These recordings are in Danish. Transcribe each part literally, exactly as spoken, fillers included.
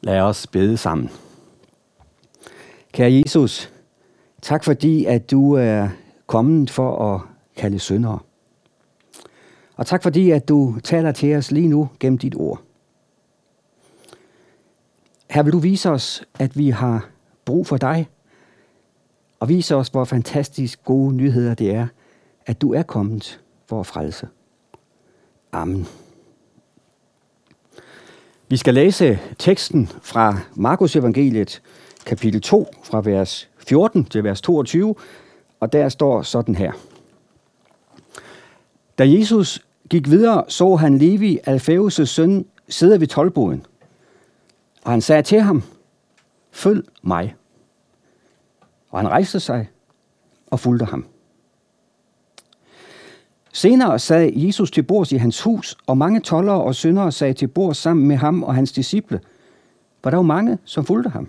Lad os bede sammen. Kære Jesus, tak fordi, at du er kommet for at kalde syndere. Og tak fordi, at du taler til os lige nu gennem dit ord. Her vil du vise os, at vi har brug for dig, og vise os, hvor fantastisk gode nyheder det er, at du er kommet for at frelse. Amen. Vi skal læse teksten fra Markus evangeliet, kapitel to, fra vers fjorten til vers toogtyve, og der står sådan her. Da Jesus gik videre, så han Levi, Alfæus' søn, sidde ved toldboden, og han sagde til ham, følg mig. Og han rejste sig og fulgte ham. Senere sad Jesus til bords i hans hus, og mange toldere og syndere sad til bords sammen med ham og hans disciple, for der var mange, som fulgte ham.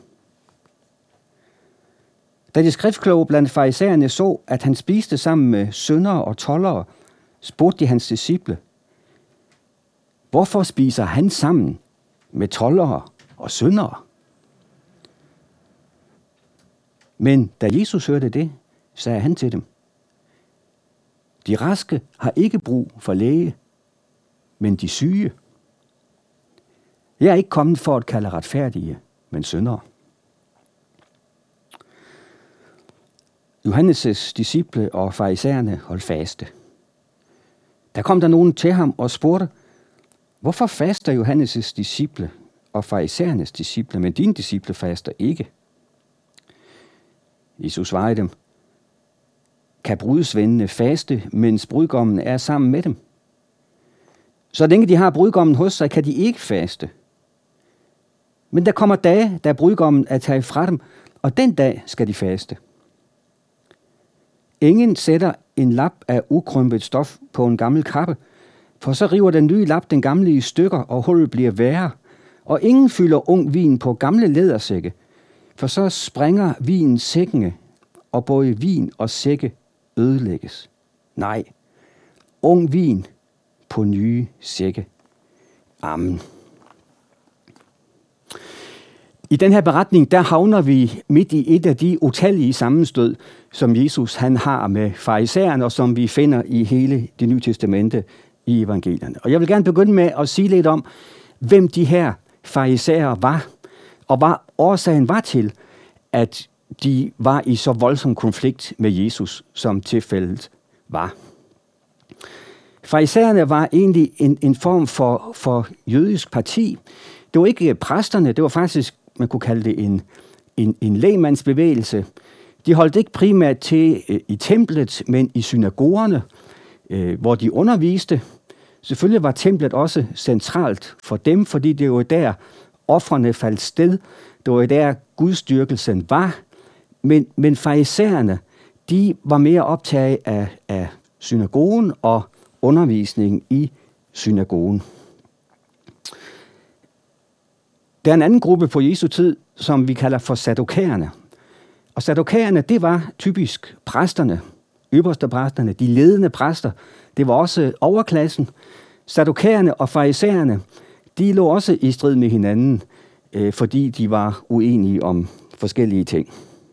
Da de skriftkloge blandt farisæerne så, at han spiste sammen med syndere og toldere, spurgte de hans disciple, hvorfor spiser han sammen med toldere og syndere? Men da Jesus hørte det, sagde han til dem, de raske har ikke brug for læge, men de syge. Jeg er ikke kommet for at kalde retfærdige, men syndere. Johannes' disciple og farisæerne holdt faste. Der kom der nogen til ham og spurgte, hvorfor faster Johannes' disciple og farisæernes disciple, men dine disciple faster ikke? Jesus svarede dem, kan brudsvendene faste, mens brudgommen er sammen med dem? Så længe de har brudgommen hos sig, kan de ikke faste. Men der kommer dage, da brudgommen er taget fra dem, og den dag skal de faste. Ingen sætter en lap af ukrympet stof på en gammel kappe, for så river den nye lap den gamle i stykker, og hullet bliver værre. Og ingen fylder ung vin på gamle lædersække, for så springer vinen sækkene, og både vin og sække ødelægges. Nej, ung vin på nye sække. Amen. I den her beretning, der havner vi midt i et af de utallige sammenstød, som Jesus han har med farisæerne, og som vi finder i hele Det Nye Testamente i evangelierne. Og jeg vil gerne begynde med at sige lidt om, hvem de her farisæere var, og hvad årsagen var til, at de var i så voldsom konflikt med Jesus, som tilfældet var. Farisæerne var egentlig en, en form for, for jødisk parti. Det var ikke præsterne, det var faktisk, man kunne kalde det en, en, en lægmandsbevægelse. De holdt ikke primært til øh, i templet, men i synagogerne, øh, hvor de underviste. Selvfølgelig var templet også centralt for dem, fordi det var der, ofrene faldt sted. Det var der, gudstyrkelsen var. Men, men farisæerne, de var mere optaget af, af synagogen og undervisningen i synagogen. Der er en anden gruppe på Jesu tid, som vi kalder for saddukæerne. Og saddukæerne, det var typisk præsterne, øverste præsterne, de ledende præster. Det var også overklassen. Saddukæerne og farisæerne, de lå også i strid med hinanden, øh, fordi de var uenige om forskellige ting.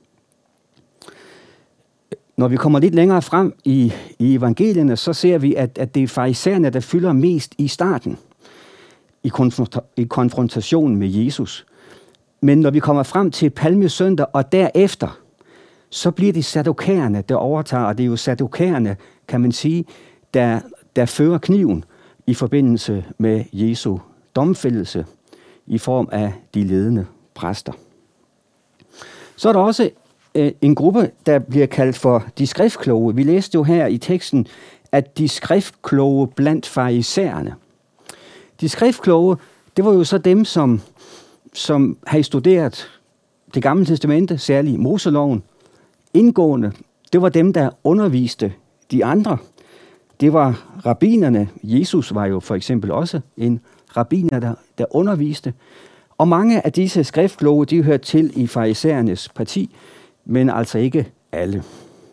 Når vi kommer lidt længere frem i, i evangelierne, så ser vi, at, at det er farisæerne, der fylder mest i starten, i, konfronta- i konfrontationen med Jesus. Men når vi kommer frem til Palmesøndag og derefter, så bliver det saddukæerne, der overtager, og det er jo saddukæerne, kan man sige, der, der fører kniven i forbindelse med Jesu domfældelse i form af de ledende præster. Så er der også øh, en gruppe, der bliver kaldt for de skriftkloge. Vi læste jo her i teksten, at de skriftkloge blandt farisæerne. De skriftkloge, det var jo så dem, som, som havde studeret det gamle testamente, særligt Moseloven, indgående. Det var dem, der underviste de andre. Det var rabbinerne. Jesus var jo for eksempel også en rabbiner, der, der underviste. Og mange af disse skriftkloge, de hørte til i farisæernes parti, men altså ikke alle.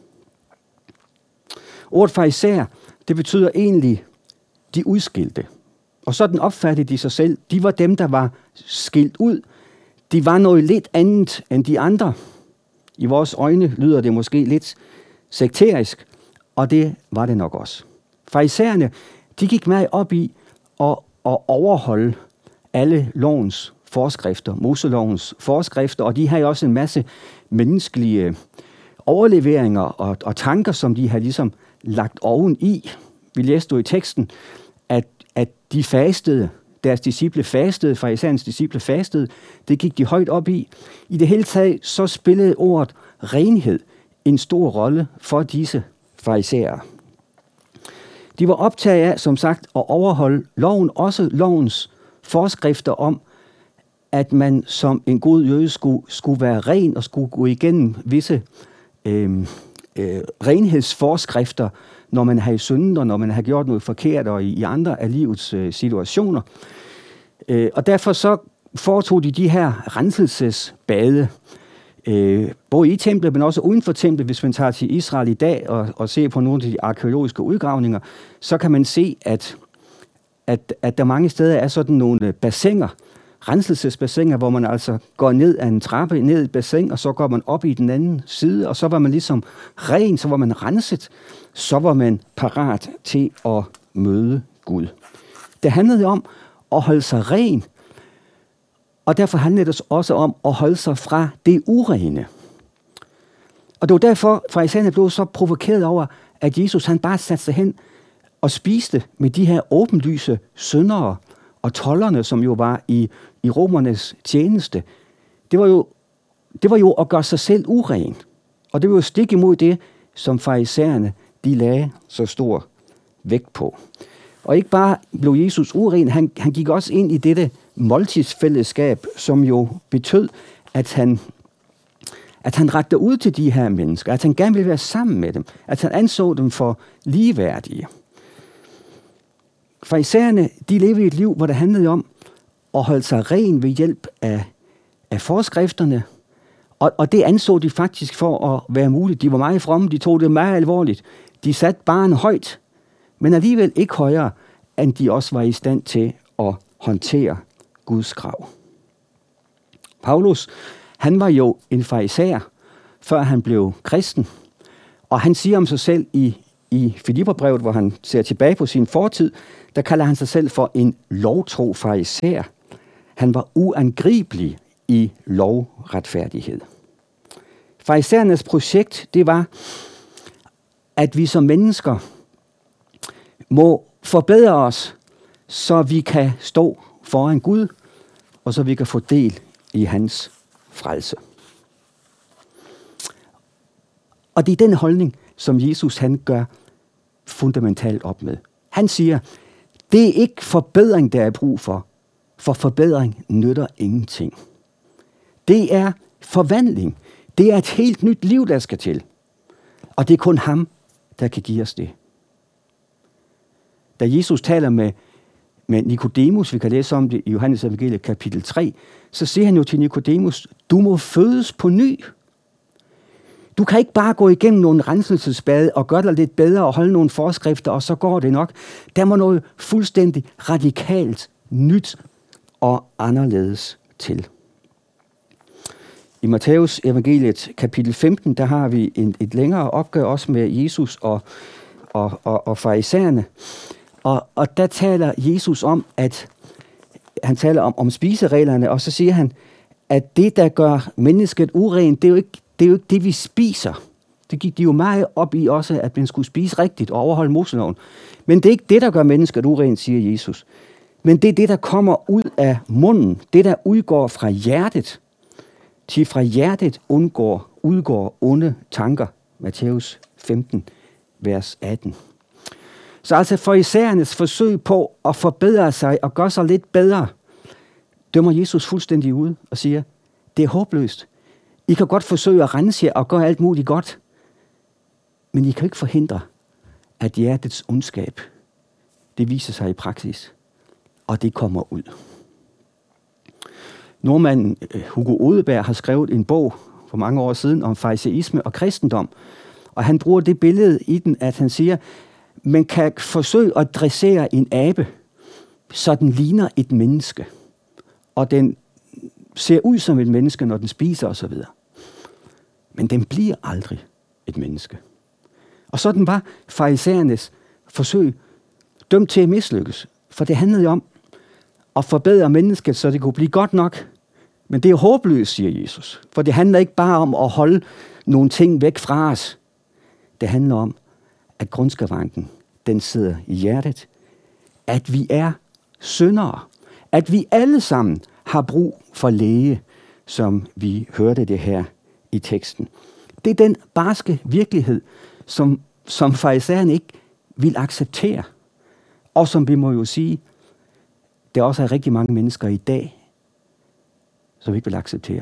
Ordet farisæer, det betyder egentlig de udskilte. Og sådan opfattede de sig selv. De var dem, der var skilt ud de var noget lidt andet end de andre. I vores øjne lyder det måske lidt sekterisk, og det var det nok også. Farisæerne, de gik meget op i at, at overholde alle lovens forskrifter, Moselovens forskrifter, og de havde også en masse menneskelige overleveringer og, og tanker, som de havde ligesom lagt oven i. Vi læste jo i teksten, at, at de fastede, deres disciple fastede, farisæernes disciple fastede, det gik de højt op i. I det hele taget, så spillede ordet renhed en stor rolle for disse farisæere. De var optaget af, som sagt, at overholde loven, også lovens forskrifter om, at man som en god jøde skulle, skulle være ren og skulle gå igennem visse øh, øh, renhedsforskrifter, når man har syndet, og når man har gjort noget forkert, og i, i andre af livets øh, situationer. Øh, og derfor så foretog de de her renselsesbade, øh, både i templet, men også uden for templet. Hvis man tager til Israel i dag og, og ser på nogle af de arkeologiske udgravninger, så kan man se, at, at, at der mange steder er sådan nogle bassiner, renselsesbassiner, hvor man altså går ned ad en trappe, ned i et bassin, og så går man op i den anden side, og så var man ligesom ren, så var man renset, så var man parat til at møde Gud. Det handlede om at holde sig ren, og derfor handlede det også om at holde sig fra det urene. Og det var derfor, farisæerne blev så provokeret over, at Jesus han bare satte sig hen og spiste med de her åbenlyse syndere og tolderne, som jo var i, i romernes tjeneste. Det var, jo, det var jo at gøre sig selv uren. Og det var jo stik imod det, som farisæerne de lagde så stor vægt på. Og ikke bare blev Jesus uren, han, han gik også ind i dette måltidsfællesskab, som jo betød, at han, at han rakte ud til de her mennesker, at han gerne ville være sammen med dem, at han anså dem for ligeværdige. Farisæerne, de levede et liv, hvor det handlede om at holde sig ren ved hjælp af, af forskrifterne, og, og det anså de faktisk for at være muligt. De var meget fromme, de tog det meget alvorligt. De satte barren højt, men alligevel ikke højere, end de også var i stand til at håndtere Guds krav. Paulus, han var jo en farisæer, før han blev kristen, og han siger om sig selv i, i Filipperbrevet, hvor han ser tilbage på sin fortid, der kalder han sig selv for en lovtro farisæer. Han var uangribelig i lovretfærdighed. Farisæernes projekt, det var, at vi som mennesker må forbedre os, så vi kan stå foran Gud, og så vi kan få del i hans frelse. Og det er den holdning, som Jesus han gør fundamentalt op med. Han siger, det er ikke forbedring, der er brug for, for forbedring nytter ingenting. Det er forvandling. Det er et helt nyt liv, der skal til. Og det er kun ham, der kan give os det. Da Jesus taler med, med Nikodemus, vi kan læse om det i Johannes evangeliet kapitel tre, så siger han jo til Nikodemus, du må fødes på ny. Du kan ikke bare gå igennem nogle renselsesbade og gøre dig lidt bedre og holde nogle forskrifter, og så går det nok. Der må noget fuldstændig radikalt, nyt og anderledes til. I Matthæus evangeliet kapitel femten, der har vi en, et længere opgør også med Jesus og, og, og, og farisæerne. Og, og der taler Jesus om, at han taler om, om spisereglerne, og så siger han, at det, der gør mennesket urent, det er jo ikke det, er jo ikke det vi spiser. Det gik de jo meget op i også, at man skulle spise rigtigt og overholde Moseloven. Men det er ikke det, der gør mennesket urent, siger Jesus. Men det er det, der kommer ud af munden, det, der udgår fra hjertet. Til fra hjertet undgår, udgår onde tanker. Matthæus femten, vers atten. Så altså farisæernes forsøg på at forbedre sig og gøre sig lidt bedre, dømmer Jesus fuldstændig ud og siger, det er håbløst. I kan godt forsøge at rense jer og gøre alt muligt godt, men I kan ikke forhindre, at hjertets ondskab, det viser sig i praksis, og det kommer ud. Nordmanden Hugo Odeberg har skrevet en bog for mange år siden om farisæisme og kristendom, og han bruger det billede i den, at han siger, man kan forsøge at dressere en abe, så den ligner et menneske, og den ser ud som et menneske, når den spiser osv. Men den bliver aldrig et menneske. Og sådan var farisæernes forsøg dømt til at mislykkes. For det handlede om at forbedre mennesket, så det kunne blive godt nok. Men det er håbløst, siger Jesus. For det handler ikke bare om at holde nogle ting væk fra os. Det handler om, at grundskavanken, den sidder i hjertet. At vi er syndere. At vi alle sammen har brug for læge, som vi hørte det her i teksten. Det er den barske virkelighed, som, som farisæerne ikke vil acceptere. Og som vi må jo sige, der også er rigtig mange mennesker i dag, som ikke vil acceptere.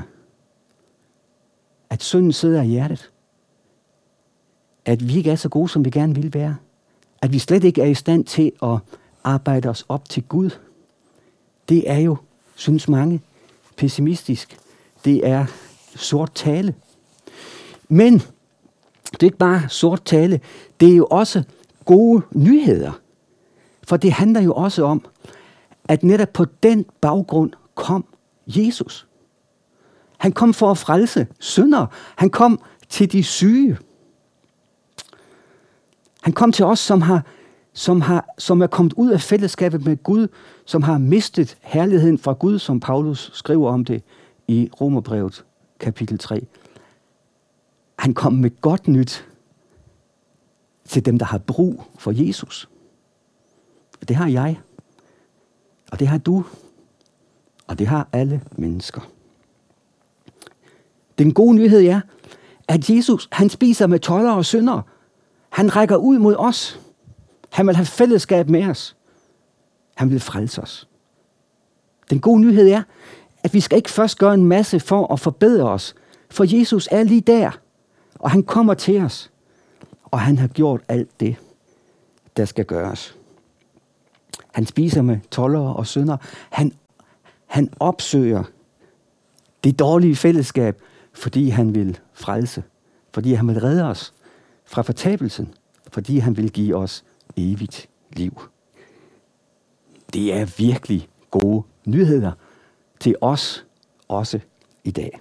At synden sidder i hjertet. At vi ikke er så gode, som vi gerne vil være. At vi slet ikke er i stand til at arbejde os op til Gud. Det er jo, synes mange, pessimistisk. Det er sort tale. Men det er ikke bare sort tale. Det er jo også gode nyheder. For det handler jo også om, at netop på den baggrund kom Jesus. Han kom for at frelse syndere. Han kom til de syge. Han kom til os, som, har, som, har, som er kommet ud af fællesskabet med Gud, som har mistet herligheden fra Gud, som Paulus skriver om det i Romerbrevet kapitel tre. Han kom med godt nyt til dem, der har brug for Jesus. Det har jeg, og det har du, og det har alle mennesker. Den gode nyhed er, at Jesus, han spiser med toldere og syndere. Han rækker ud mod os. Han vil have fællesskab med os. Han vil frelse os. Den gode nyhed er, at vi skal ikke først gøre en masse for at forbedre os, for Jesus er lige der, og han kommer til os, og han har gjort alt det, der skal gøres. Han spiser med toldere og syndere. Han, han opsøger det dårlige fællesskab, fordi han vil frelse. Fordi han vil redde os fra fortabelsen. Fordi han vil give os evigt liv. Det er virkelig gode nyheder til os også i dag.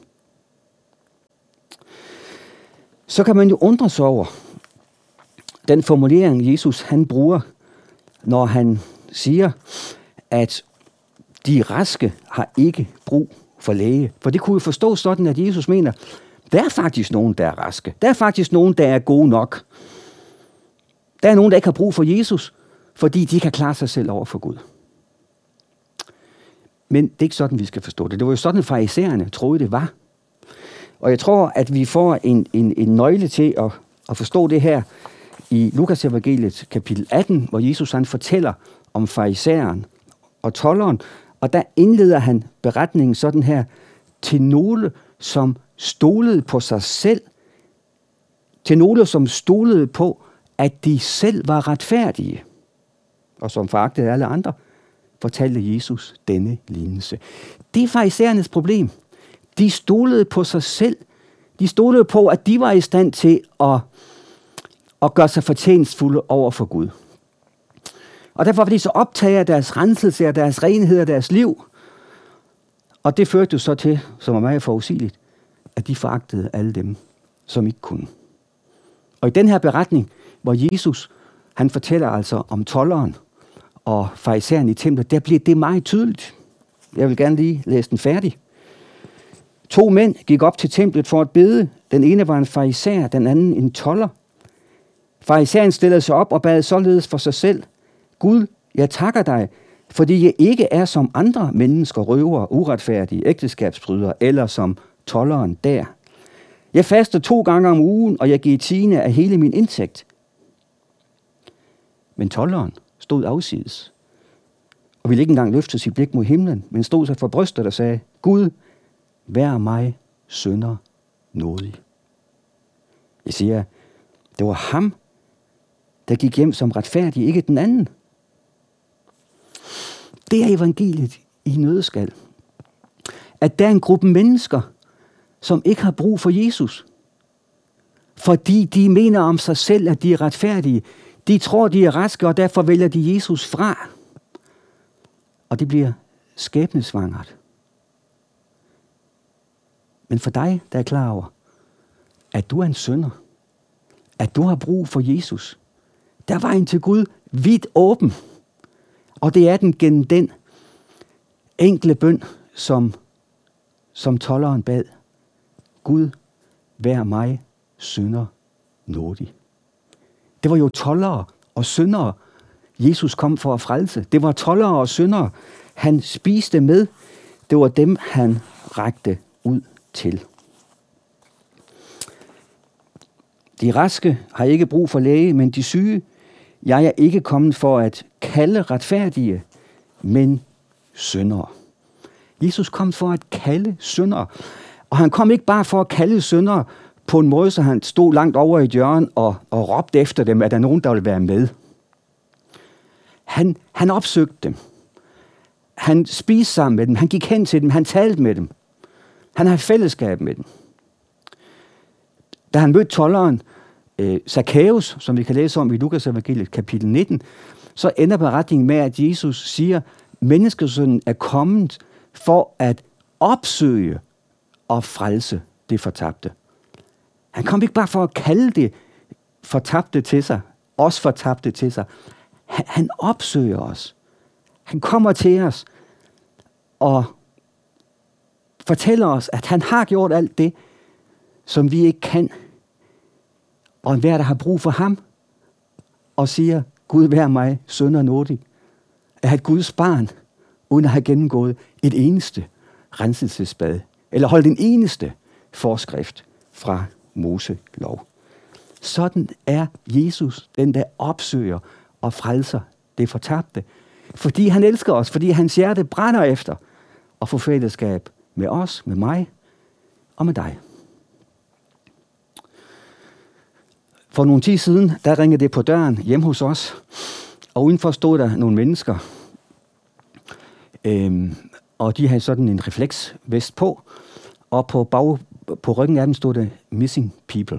Så kan man jo undre sig over den formulering, Jesus han bruger, når han siger, at de raske har ikke brug for læge. For det kunne jo forstå sådan, at Jesus mener, der er faktisk nogen, der er raske. Der er faktisk nogen, der er gode nok. Der er nogen, der ikke har brug for Jesus, fordi de kan klare sig selv over for Gud. Men det er ikke sådan, vi skal forstå det. Det var jo sådan, farisæerne troede, det var. Og jeg tror, at vi får en, en, en nøgle til at, at forstå det her i Lukas evangeliet kapitel atten, hvor Jesus han fortæller om farisæeren og tolderen. Og der indleder han beretningen sådan her, til nogle, som stolede på sig selv, til nogle, som stolede på, at de selv var retfærdige, og som foragtede alle andre, fortalte Jesus denne lignelse. Det er farisæernes problem. De stolede på sig selv. De stolede på, at de var i stand til at, at gøre sig fortjenstfulde over for Gud. Og derfor var de så optaget af deres renselse, af deres renhed, af deres liv. Og det førte jo så til, som er meget forudsigeligt, at de foragtede alle dem, som ikke kunne. Og i den her beretning, hvor Jesus han fortæller altså om tolderen og farisæeren i templet, der bliver det meget tydeligt. Jeg vil gerne lige læse den færdig. To mænd gik op til templet for at bede. Den ene var en farisæer, den anden en tolder. Farisæeren stillede sig op og bad således for sig selv: Gud, jeg takker dig, fordi jeg ikke er som andre mennesker, røvere, uretfærdige, ægteskabsbrydere eller som tolderen der. Jeg faster to gange om ugen, og jeg giver tiende af hele min indtægt. Men tolderen stod afsides og ville ikke engang løfte sit blik mod himlen, men stod sig for brystet og sagde: Gud, vær mig synder nådig. Jeg siger, det var ham, der gik hjem som retfærdig, ikke den anden. Det er evangeliet i nøddeskal. At der er en gruppe mennesker, som ikke har brug for Jesus. Fordi de mener om sig selv, at de er retfærdige. De tror, de er raske, og derfor vælger de Jesus fra. Og det bliver skæbnesvangert. Men for dig, der er klar over, at du er en synder, at du har brug for Jesus, der er vejen til Gud vidt åben. Og det er den gennem den enkle bøn, som, som tolderen bad. Gud, vær mig synder nådig. Det var jo toldere og syndere, Jesus kom for at frelse. Det var toldere og syndere, han spiste med. Det var dem, han rakte ud til. De raske har ikke brug for læge, men de syge. Jeg er ikke kommet for at kalde retfærdige, men syndere. Jesus kom for at kalde syndere. Og han kom ikke bare for at kalde syndere på en måde, så han stod langt over i hjørnet og, og råbte efter dem, at der er nogen, der vil være med. Han, han opsøgte dem. Han spiste sammen med dem. Han gik hen til dem. Han talte med dem. Han havde fællesskab med dem. Da han mødte tolderen, øh, Zacchaeus, som vi kan læse om i Lukas evangeliet kapitel nitten, så ender beretningen med, at Jesus siger, menneskesønnen er kommet for at opsøge og frelse det fortabte. Han kom ikke bare for at kalde det fortabte til sig, os fortabte til sig. Han, han opsøger os. Han kommer til os og fortæller os, at han har gjort alt det, som vi ikke kan. Og enhver, der har brug for ham, og siger, Gud vær mig synder nådig, er et Guds barn, uden at have gennemgået et eneste renselsesbad, eller holdt en eneste forskrift fra Moselov. Sådan er Jesus, den der opsøger og frelser det fortabte. Fordi han elsker os, fordi hans hjerte brænder efter at få fællesskab med os, med mig og med dig. For nogle tid siden, der ringede det på døren hjemme hos os, og udenfor stod der nogle mennesker, øhm, og de havde sådan en refleksvest på, og på, bag, på ryggen af dem stod der Missing People.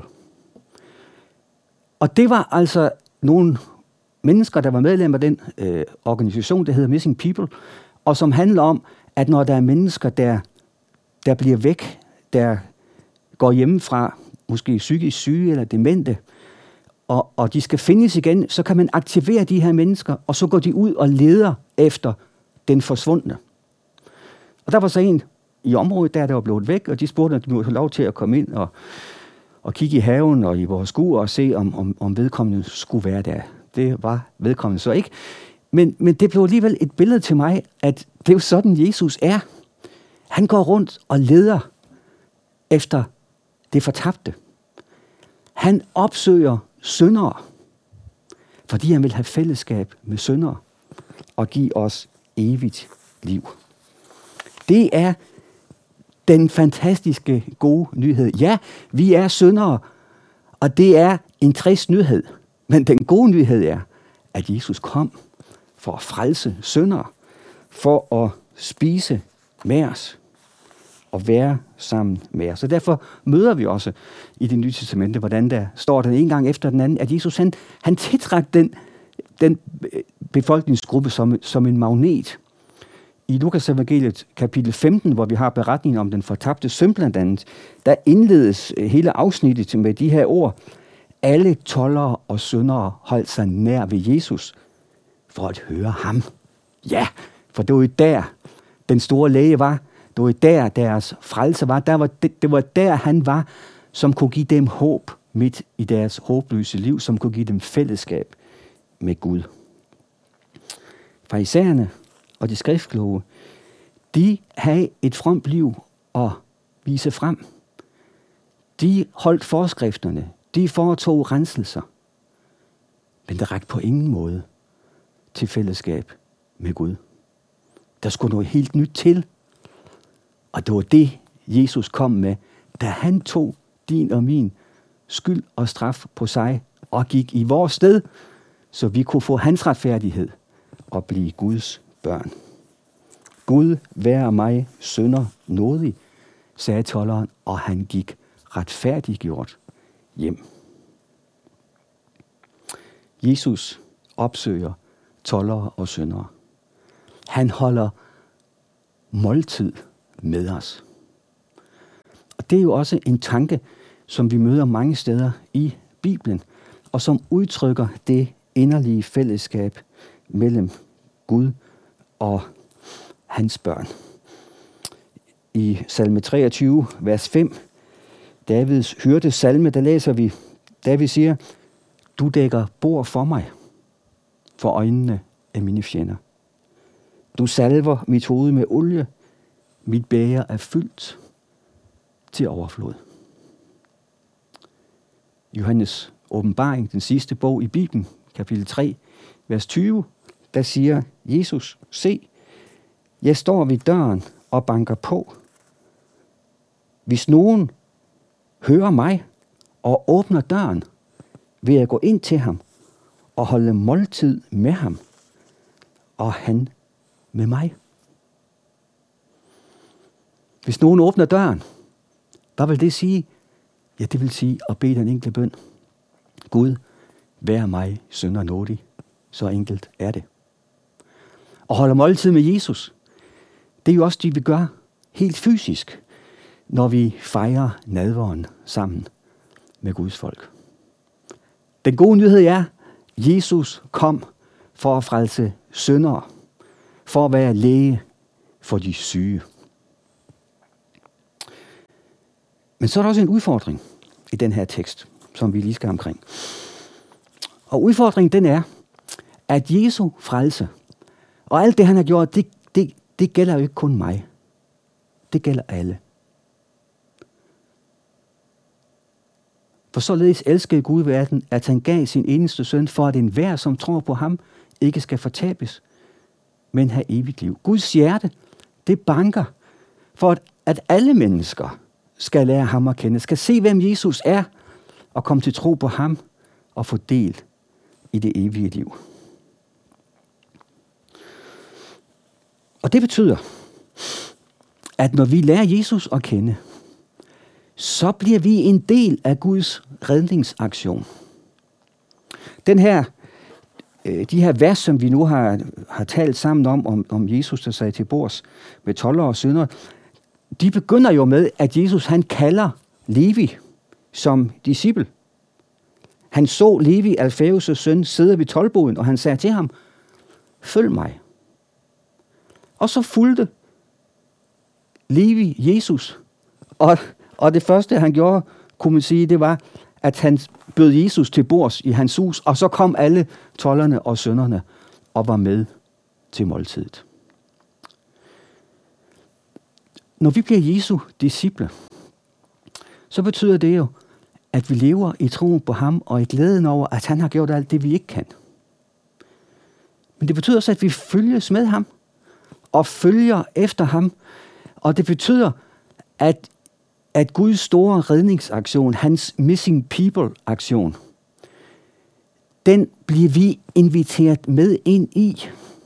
Og det var altså nogle mennesker, der var medlem af den øh, organisation, der hedder Missing People, og som handler om, at når der er mennesker, der, der bliver væk, der går hjemmefra, måske psykisk syge eller demente, og, og de skal findes igen, så kan man aktivere de her mennesker, og så går de ud og leder efter den forsvundne. Og der var så en i området, der, der var blevet væk, og de spurgte, at de måtte have lov til at komme ind og, og kigge i haven og i vores skur og se, om, om, om vedkommende skulle være der. Det var vedkommende så ikke. Men, men det blev alligevel et billede til mig, at det er jo sådan, Jesus er. Han går rundt og leder efter det fortabte. Han opsøger syndere, fordi han vil have fællesskab med syndere og give os evigt liv. Det er den fantastiske gode nyhed. Ja, vi er syndere, og det er en trist nyhed. Men den gode nyhed er, at Jesus kom for at frelse syndere, for at spise med os og være sammen med os. Så derfor møder vi også i Det Nye Testamente, hvordan der står den en gang efter den anden, at Jesus han, han tiltrak den, den befolkningsgruppe som, som en magnet. I Lukas evangeliet kapitel femten, hvor vi har beretningen om den fortabte søn blandt andet, der indledes hele afsnittet med de her ord. Alle toldere og syndere holdt sig nær ved Jesus for at høre ham. Ja, for det var jo der, den store læge var. Det var der, deres frelse var. Der var det, det var der, han var, som kunne give dem håb midt i deres håbløse liv, som kunne give dem fællesskab med Gud. Farisæerne og de skriftkloge, de havde et fromt liv at vise frem. De holdt forskrifterne. De foretog renselser. Men det rakte på ingen måde til fællesskab med Gud. Der skulle noget helt nyt til. Og det var det, Jesus kom med, da han tog din og min skyld og straf på sig og gik i vores sted, så vi kunne få hans retfærdighed og blive Guds børn. Gud vær mig synder nådig, sagde tolderen, og han gik retfærdiggjort hjem. Jesus opsøger toldere og syndere. Han holder måltid med os. Og det er jo også en tanke, som vi møder mange steder i Bibelen, og som udtrykker det inderlige fællesskab mellem Gud og hans børn. I salme treogtyve, vers fem, Davids hørte salme, der læser vi, David siger, du dækker bord for mig, for øjnene af mine fjender. Du salver mit hoved med olie, mit bæger er fyldt til overflod. Johannes åbenbaring, den sidste bog i Bibelen, kapitel tre, vers tyve, der siger Jesus, se, jeg står ved døren og banker på. Hvis nogen hører mig og åbner døren, vil jeg gå ind til ham og holde måltid med ham, og han med mig. Hvis nogen åbner døren, hvad vil det sige? Ja, det vil sige at bede den enkle bøn. Gud, vær mig synder nådig. Så enkelt er det. Og holde måltid med Jesus, det er jo også det, vi gør helt fysisk, når vi fejrer nadveren sammen med Guds folk. Den gode nyhed er, Jesus kom for at frelse syndere, for at være læge for de syge. Men så er der også en udfordring i den her tekst, som vi lige skal omkring. Og udfordringen den er, at Jesu frelse, og alt det han har gjort, det, det, det gælder jo ikke kun mig. Det gælder alle. For således elskede Gud verden, at han gav sin eneste søn, for at enhver, som tror på ham, ikke skal fortabes, men have evigt liv. Guds hjerte, det banker for, at, at alle mennesker skal lære ham at kende, skal se, hvem Jesus er, og komme til tro på ham, og få del i det evige liv. Og det betyder, at når vi lærer Jesus at kende, så bliver vi en del af Guds redningsaktion. Den her, de her vers, som vi nu har, har talt sammen om, om, om Jesus, der sagde til bords med toldere og syndere, de begynder jo med, at Jesus han kalder Levi som disciple. Han så Levi, Alfæus' søn, sidde ved toldboden, og han sagde til ham, følg mig. Og så fulgte Levi Jesus. Og, og det første, han gjorde, kunne man sige, det var, at han bød Jesus til bords i hans hus, og så kom alle tolderne og synderne og var med til måltidet. Når vi bliver Jesu disciple, så betyder det jo, at vi lever i troen på ham og i glæden over, at han har gjort alt det, vi ikke kan. Men det betyder også, at vi følges med ham og følger efter ham. Og det betyder, at, at Guds store redningsaktion, hans missing people-aktion, den bliver vi inviteret med ind i.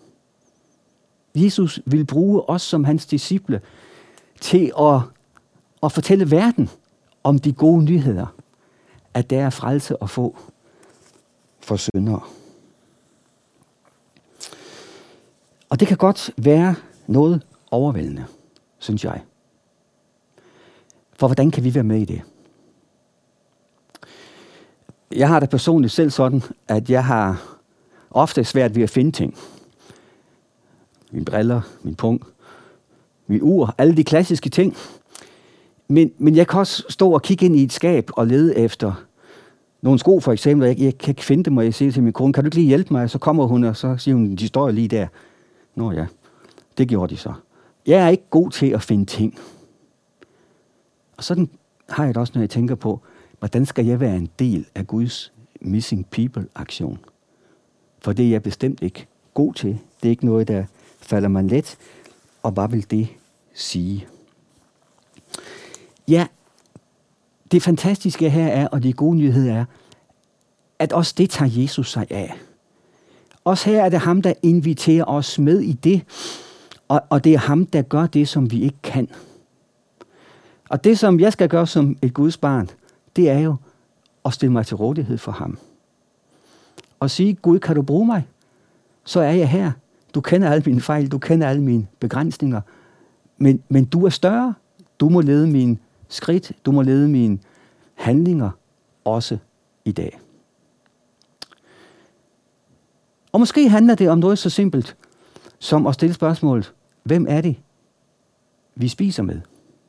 Jesus vil bruge os som hans disciple til at, at fortælle verden om de gode nyheder, at der er frelse at få for syndere. Og det kan godt være noget overvældende, synes jeg. For hvordan kan vi være med i det? Jeg har det personligt selv sådan, at jeg har ofte svært ved at finde ting. Mine briller, min pung, min ur, alle de klassiske ting. Men, men jeg kan også stå og kigge ind i et skab og lede efter nogle sko, for eksempel. Jeg, jeg kan ikke finde dem, og jeg siger til min kone, kan du ikke lige hjælpe mig? Så kommer hun, og så siger hun, de står lige der. Nå ja, det gjorde de så. Jeg er ikke god til at finde ting. Og sådan har jeg det også, når jeg tænker på, hvordan skal jeg være en del af Guds missing people-aktion? For det er jeg bestemt ikke god til. Det er ikke noget, der falder mig let. Og hvad vil det sige? Ja, det fantastiske her er, og de gode nyheder er, at også det tager Jesus sig af. Også her er det ham, der inviterer os med i det, og, og det er ham, der gør det, som vi ikke kan. Og det, som jeg skal gøre som et Guds barn, det er jo at stille mig til rådighed for ham. Og sige, Gud, kan du bruge mig? Så er jeg her. Du kender alle mine fejl, du kender alle mine begrænsninger, men, men du er større. Du må lede mine skridt. Du må lede mine handlinger også i dag. Og måske handler det om noget så simpelt som at stille spørgsmålet, hvem er det, vi spiser med?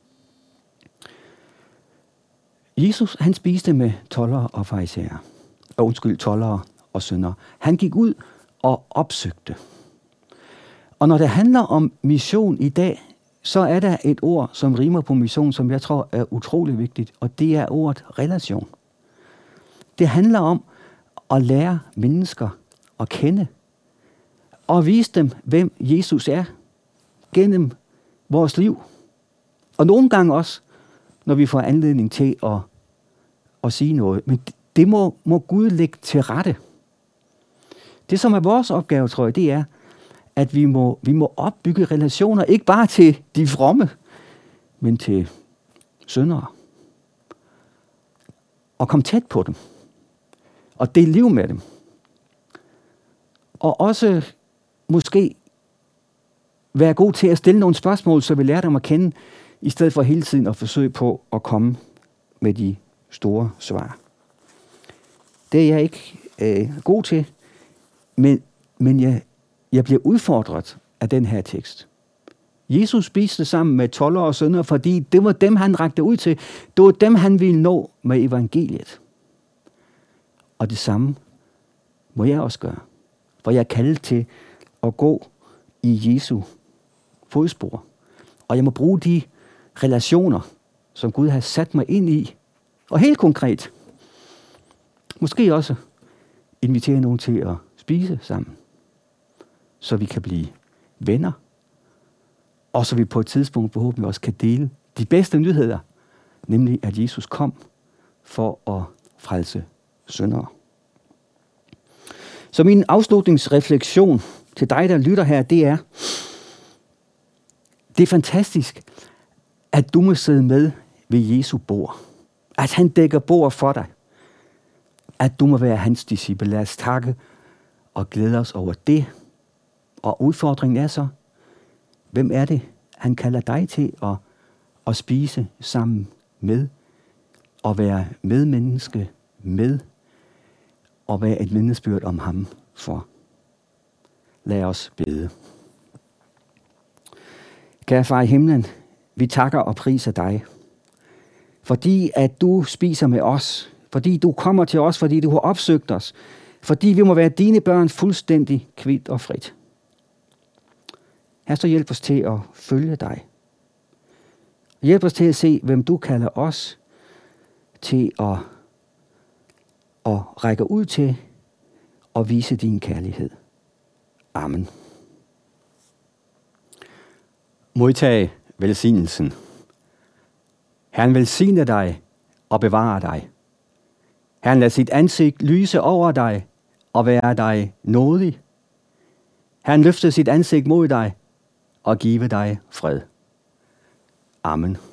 Jesus, han spiste med toldere og farisæere. Og undskyld, toldere og syndere. Han gik ud og opsøgte. Og når det handler om mission i dag, så er der et ord, som rimer på mission, som jeg tror er utrolig vigtigt, og det er ordet relation. Det handler om at lære mennesker at kende, og vise dem, hvem Jesus er, gennem vores liv. Og nogle gange også, når vi får anledning til at, at sige noget. Men det må, må Gud lægge til rette. Det, som er vores opgave, tror jeg, det er, at vi må, vi må opbygge relationer, ikke bare til de fromme, men til syndere. Og komme tæt på dem. Og dele liv med dem. Og også måske være god til at stille nogle spørgsmål, så vi lærer dem at kende, i stedet for hele tiden at forsøge på at komme med de store svar. Det er jeg ikke øh, god til, men, men jeg, jeg bliver udfordret af den her tekst. Jesus spiste sammen med toldere og syndere, fordi det var dem, han rakte ud til. Det var dem, han ville nå med evangeliet. Og det samme må jeg også gøre. For jeg er kaldet til at gå i Jesu fodspor. Og jeg må bruge de relationer, som Gud har sat mig ind i. Og helt konkret, måske også invitere nogen til at spise sammen. Så vi kan blive venner. Og så vi på et tidspunkt forhåbentlig også kan dele de bedste nyheder. Nemlig at Jesus kom for at frelse syndere. Så min afslutningsrefleksion til dig, der lytter her, det er, det er fantastisk, at du må sidde med ved Jesu bord. At han dækker bord for dig. At du må være hans disciple. Lad os takke og glæde os over det. Og udfordringen er så, hvem er det, han kalder dig til at, at spise sammen med, og være medmenneske med, og være et vidnesbyrd om ham for. Lad os bede. Kære far i himlen, vi takker og priser dig, fordi at du spiser med os, fordi du kommer til os, fordi du har opsøgt os, fordi vi må være dine børn fuldstændig kvit og frit. Her så hjælp os til at følge dig. Hjælp os til at se, hvem du kalder os til at, at række ud til og vise din kærlighed. Amen. Modtag velsignelsen. Herren velsigne dig og bevare dig. Herren lad sit ansigt lyse over dig og være dig nådig. Herren løfte sit ansigt mod dig og give dig fred. Amen.